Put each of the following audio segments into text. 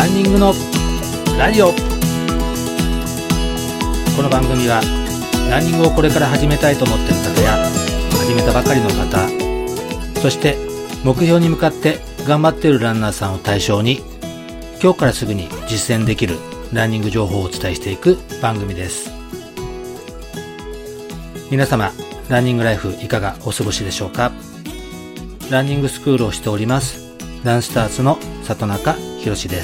ンニングのラジオ。この番組はランニングをこれから始めたいと思っている方や始めたばかりの方、そして目標に向かって頑張っているランナーさんを対象に、今日からすぐに実践できるランニング情報をお伝えしていく番組です。皆様、ランニングライフいかがお過ごしでしょうか。ランニングスクールをしておりますランスターズの里中博です。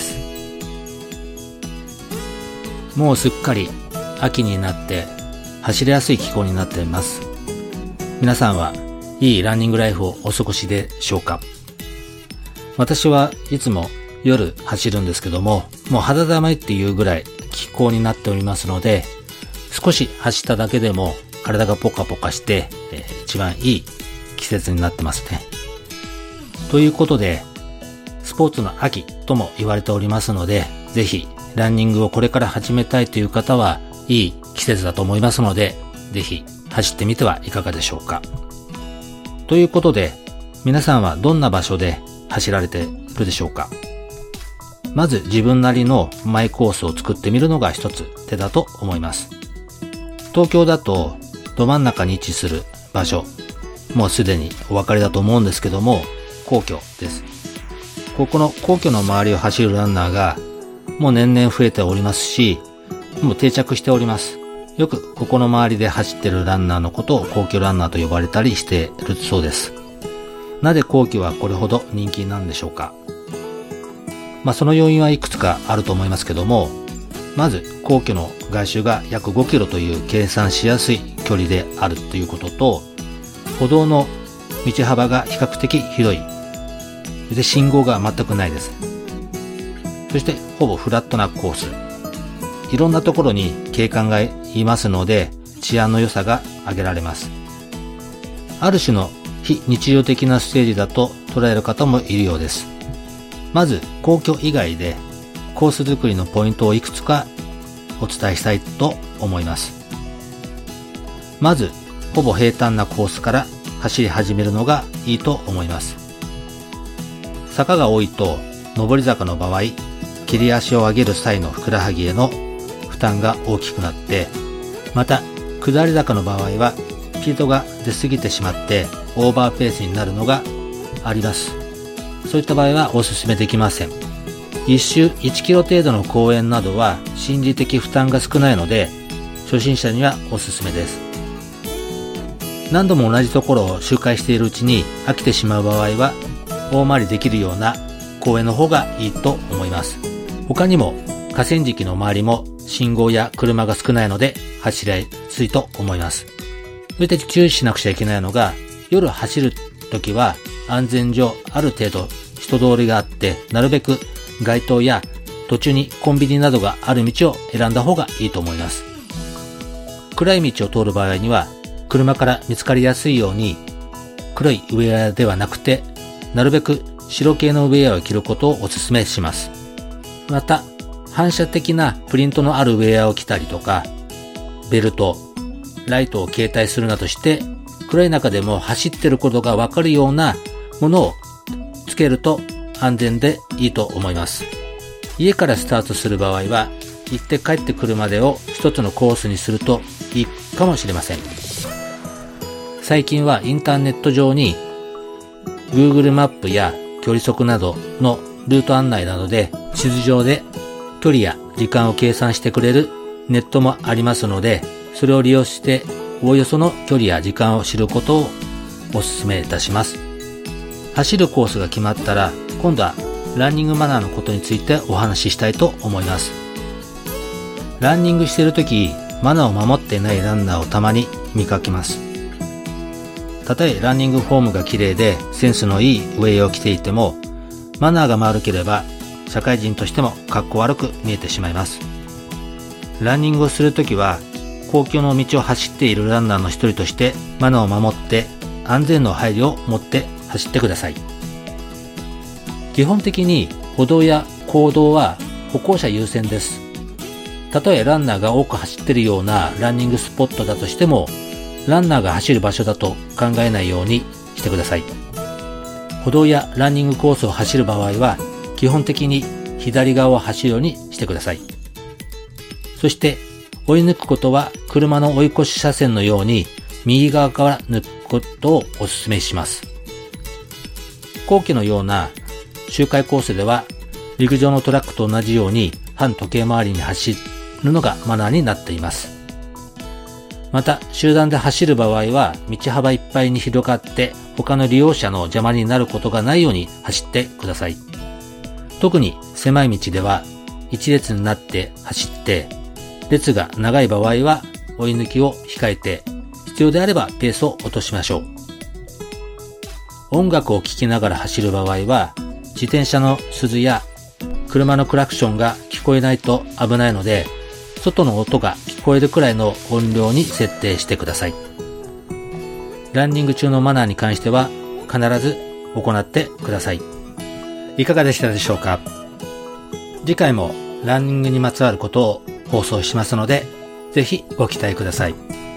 もうすっかり秋になって走りやすい気候になっています。皆さんはいいランニングライフをお過ごしでしょうか。私はいつも夜走るんですけども、もう肌寒いっていうぐらい気候になっておりますので、少し走っただけでも体がポカポカして、一番いい季節になってますね。ということで、スポーツの秋とも言われておりますので、ぜひランニングをこれから始めたいという方はいい季節だと思いますので、ぜひ走ってみてはいかがでしょうか。ということで、皆さんはどんな場所で走られているでしょうか。まず自分なりのマイコースを作ってみるのが一つ手だと思います。東京だとど真ん中に位置する場所、もうすでにお分かりだと思うんですけども、皇居です。ここの皇居の周りを走るランナーがもう年々増えておりますし、もう定着しております。よくここの周りで走ってるランナーのことを皇居ランナーと呼ばれたりしているそうです。なぜ皇居はこれほど人気なんでしょうか。その要因はいくつかあると思いますけども、まず皇居の外周が約5キロという計算しやすい距離であるということと、歩道の道幅が比較的広い。で、信号が全くないです。そしてほぼフラットなコース。いろんなところに警官がいますので、治安の良さが挙げられます。ある種の非日常的なステージだと捉える方もいるようです。まず皇居以外でコース作りのポイントをいくつかお伝えしたいと思います。まずほぼ平坦なコースから走り始めるのがいいと思います。坂が多いと上り坂の場合、切り足を上げる際のふくらはぎへの負担が大きくなって、また下り坂の場合はスピードが出過ぎてしまってオーバーペースになるのがあります。そういった場合はお勧めできません。一周1キロ程度の公園などは心理的負担が少ないので、初心者にはおすすめです。何度も同じところを周回しているうちに飽きてしまう場合は、大回りできるような公園の方がいいと思います。他にも河川敷の周りも信号や車が少ないので走りやすいと思います。それで注意しなくちゃいけないのが、夜走るときは安全上ある程度人通りがあって、なるべく街灯や途中にコンビニなどがある道を選んだ方がいいと思います。暗い道を通る場合には車から見つかりやすいように黒いウェアではなくて、なるべく白系のウェアを着ることをお勧めします。また反射的なプリントのあるウェアを着たりとか、ベルト、ライトを携帯するなどして暗い中でも走っていることがわかるようなものをつけると安全でいいと思います。家からスタートする場合は行って帰ってくるまでを一つのコースにするといいかもしれません。最近はインターネット上に Google マップや距離測などのルート案内などで地図上で距離や時間を計算してくれるネットもありますので、それを利用しておおよその距離や時間を知ることをお勧めいたします。走るコースが決まったら、今度はランニングマナーのことについてお話ししたいと思います。ランニングしているとき、マナーを守っていないランナーをたまに見かけます。たとえランニングフォームが綺麗でセンスのいいウェアを着ていても、マナーが悪ければ社会人としてもかっこ悪く見えてしまいます。ランニングをするときは公共の道を走っているランナーの一人としてマナーを守って安全の配慮を持って走ってください。基本的に歩道や公道は歩行者優先です。たとえランナーが多く走っているようなランニングスポットだとしても、ランナーが走る場所だと考えないようにしてください。歩道やランニングコースを走る場合は基本的に左側を走るようにしてください。そして追い抜くことは車の追い越し車線のように右側から抜くことをお勧めします。後期のような周回コースでは陸上のトラックと同じように反時計回りに走るのがマナーになっています。また集団で走る場合は道幅いっぱいに広がって他の利用者の邪魔になることがないように走ってください。特に狭い道では一列になって走って列が長い場合は追い抜きを控えて必要であればペースを落としましょう。音楽を聴きながら走る場合は自転車の鈴や車のクラクションが聞こえないと危ないので外の音が聞こえるくらいの音量に設定してください。ランニング中のマナーに関しては必ず行ってください。いかがでしたでしょうか。次回もランニングにまつわることを放送しますのでぜひご期待ください。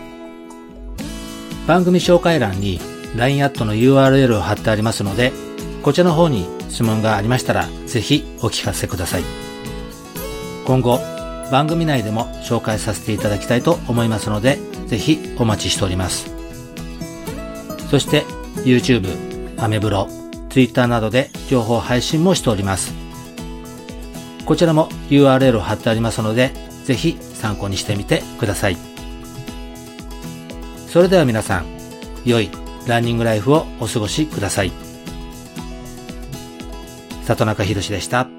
番組紹介欄に LINE アットの URL を貼ってありますのでこちらの方に質問がありましたらぜひお聞かせください。今後番組内でも紹介させていただきたいと思いますのでぜひお待ちしております。そして YouTube、アメブロ、Twitter などで情報配信もしております。こちらも URL を貼ってありますのでぜひ参考にしてみてください。それでは皆さん良いランニングライフをお過ごしください。里中博でした。